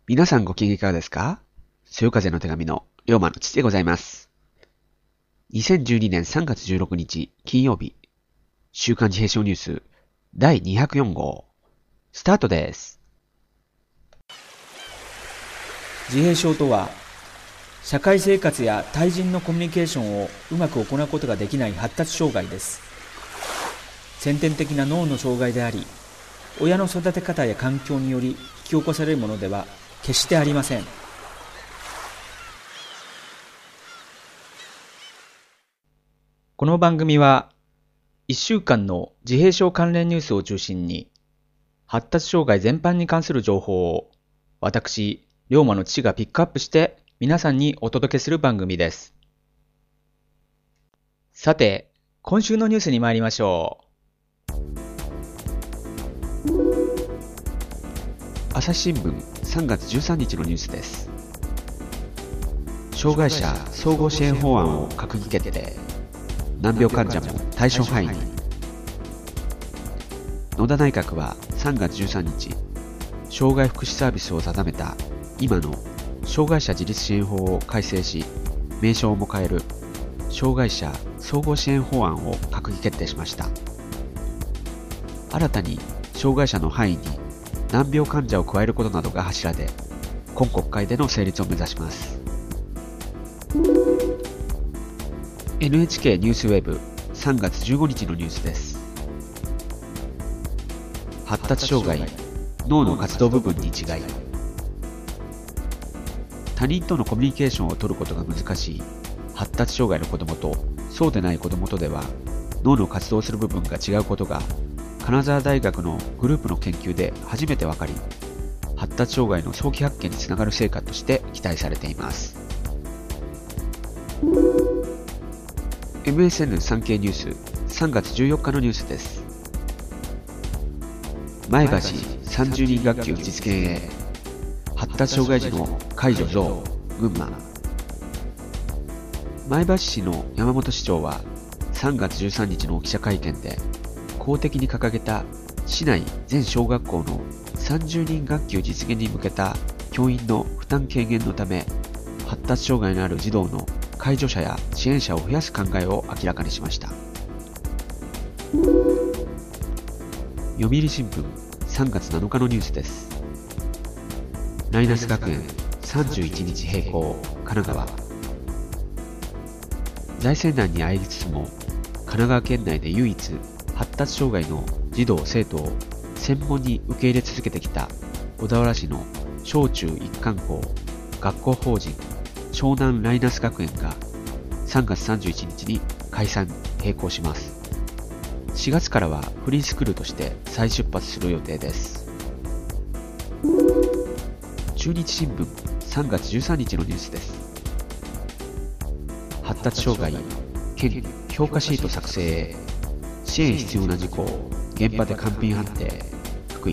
皆さんご機嫌いかがですか？そよ風の手紙の龍馬の父でございます。2012年3月16日金曜日、週刊自閉症ニュース第204号、スタートです。 自閉症とは、社会生活や対人のコミュニケーションをうまく行うことができない発達障害です。先天的な脳の障害であり、親の育て方や環境により引き起こされるものでは決してありません。この番組は1週間の自閉症関連ニュースを中心に発達障害全般に関する情報を私、龍馬の父がピックアップして皆さんにお届けする番組です。さて、今週のニュースに参りましょう。 朝日新聞3月13日のニュースです。障害者総合支援法案を閣議決定。難病患者も対象範囲に。野田内閣は3月13日、障害福祉サービスを定めた今の障害者自立支援法を改正し、名称も変える障害者総合支援法案を閣議決定しました。新たに障害者の範囲に難病患者を加えることなどが柱で、今国会での成立を目指します。NHK ニュースウェブ3月15日のニュースです。発達障害、脳の活動部分に違い。他人とのコミュニケーションを取ることが難しい発達障害の子どもとそうでない子どもとでは、脳の活動する部分が違うことが金沢大学のグループの研究で初めて分かり、発達障害の早期発見につながる成果として期待されています。MSN 産経ニュース3月14日のニュースです。前橋30人学級実現へ、発達障害児の介助増、群馬。前橋市の山本市長は3月13日の記者会見で、公的に掲げた市内全小学校の30人学級実現に向けた教員の負担軽減のため、発達障害のある児童の介助者や支援者を増やす考えを明らかにしました。読売新聞3月7日のニュースです。ライナス学園31日閉校、神奈川。財政難にあえぎつつも、神奈川県内で唯一発達障害の児童生徒を専門に受け入れ続けてきた小田原市の小中一貫校学校法人湘南ライナス学園が3月31日に解散閉校します。4月からはフリースクールとして再出発する予定です。中日新聞3月13日のニュースです。発達障害県評価シート作成へ、支援必要な事項現場で完品判定。福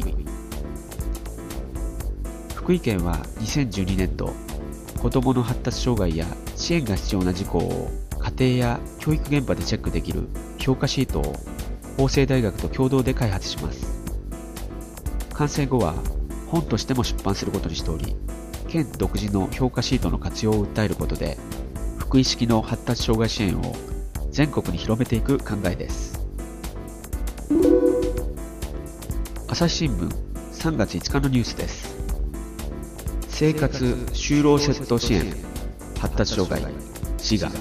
井県は2012年度、子どもの発達障害や支援が必要な事項を家庭や教育現場でチェックできる評価シートを法政大学と共同で開発します。完成後は本としても出版することにしており、県独自の評価シートの活用を訴えることで、福井式の発達障害支援を全国に広めていく考えです。朝日新聞3月5日のニュースです。生活就労セット支援、発達障害、滋賀。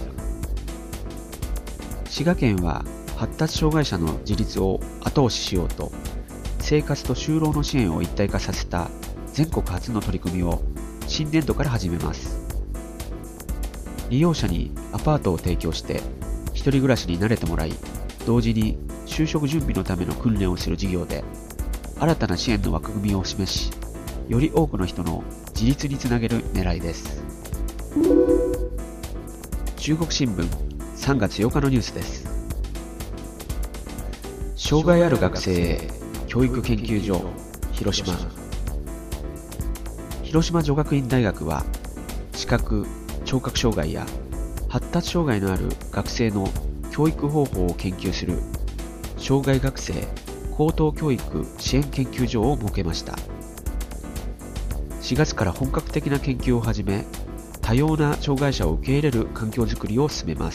滋賀県は発達障害者の自立を後押ししようと、生活と就労の支援を一体化させた全国初の取り組みを新年度から始めます。利用者にアパートを提供して一人暮らしに慣れてもらい、同時に就職準備のための訓練をする事業で、新たな支援の枠組みを示し、より多くの人の自立につなげる狙いです。中国新聞3月8日のニュースです。障害ある学生へ教育研究所、広島。広島女学院大学は、視覚・聴覚障害や発達障害のある学生の教育方法を研究する障害学生高等教育支援研究所を設けました。 4月から本格的な研究を始め、多様な障害者を受け入れる環境づくりを進めます。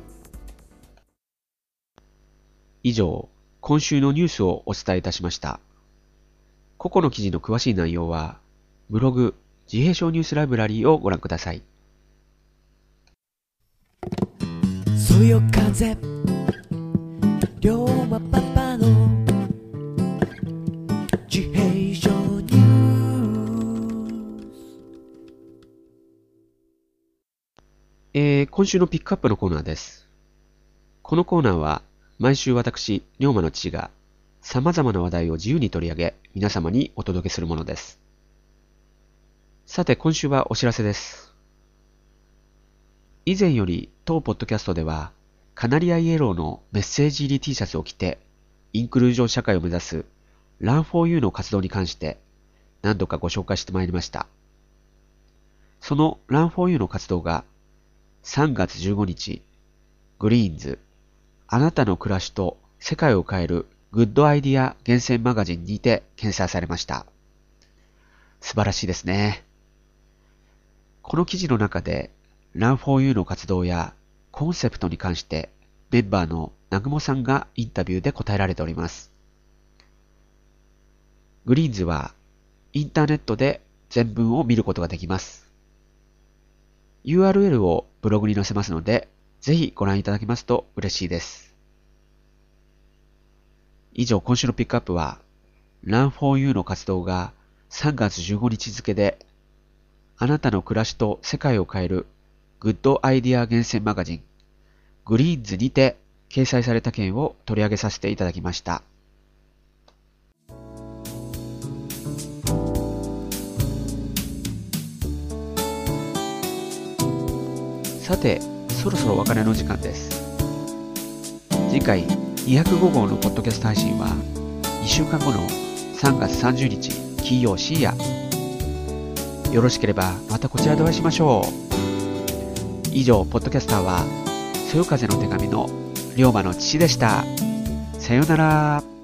以上、今週のニュースをお伝えいたしました。個々の記事の詳しい内容は、ブログ、自閉症ニュースライブラリーをご覧ください。 そよ風龍馬パパの自閉症ニュース。今週のピックアップのコーナーです。このコーナーは毎週私、龍馬の父が様々な話題を自由に取り上げ皆様にお届けするものです。さて今週はお知らせです。以前より当ポッドキャストではカナリアイエローのメッセージ入り T シャツを着てインクルージョン社会を目指す Run4U の活動に関して何度かご紹介してまいりました。その Run4U の活動が3月15日、グリーンズ、あなたの暮らしと世界を変えるグッドアイディア厳選マガジンにて掲載されました。素晴らしいですね。この記事の中で Run4U の活動やコンセプトに関してメンバーの南雲さんがインタビューで答えられております。グリーンズはインターネットで全文を見ることができます。URL をブログに載せますので、ぜひご覧いただけますと嬉しいです。以上、今週のピックアップは Run4U の活動が3月15日付であなたの暮らしと世界を変えるグッドアイディア厳選マガジングリーンズにて掲載された件を取り上げさせていただきました。さて、そろそろお別れの時間です。次回205号のポッドキャスト配信は2週間後の3月30日金曜深夜。よろしければまたこちらでお会いしましょう。以上、ポッドキャスターはそよ風の手紙の龍馬の父でした。さようなら。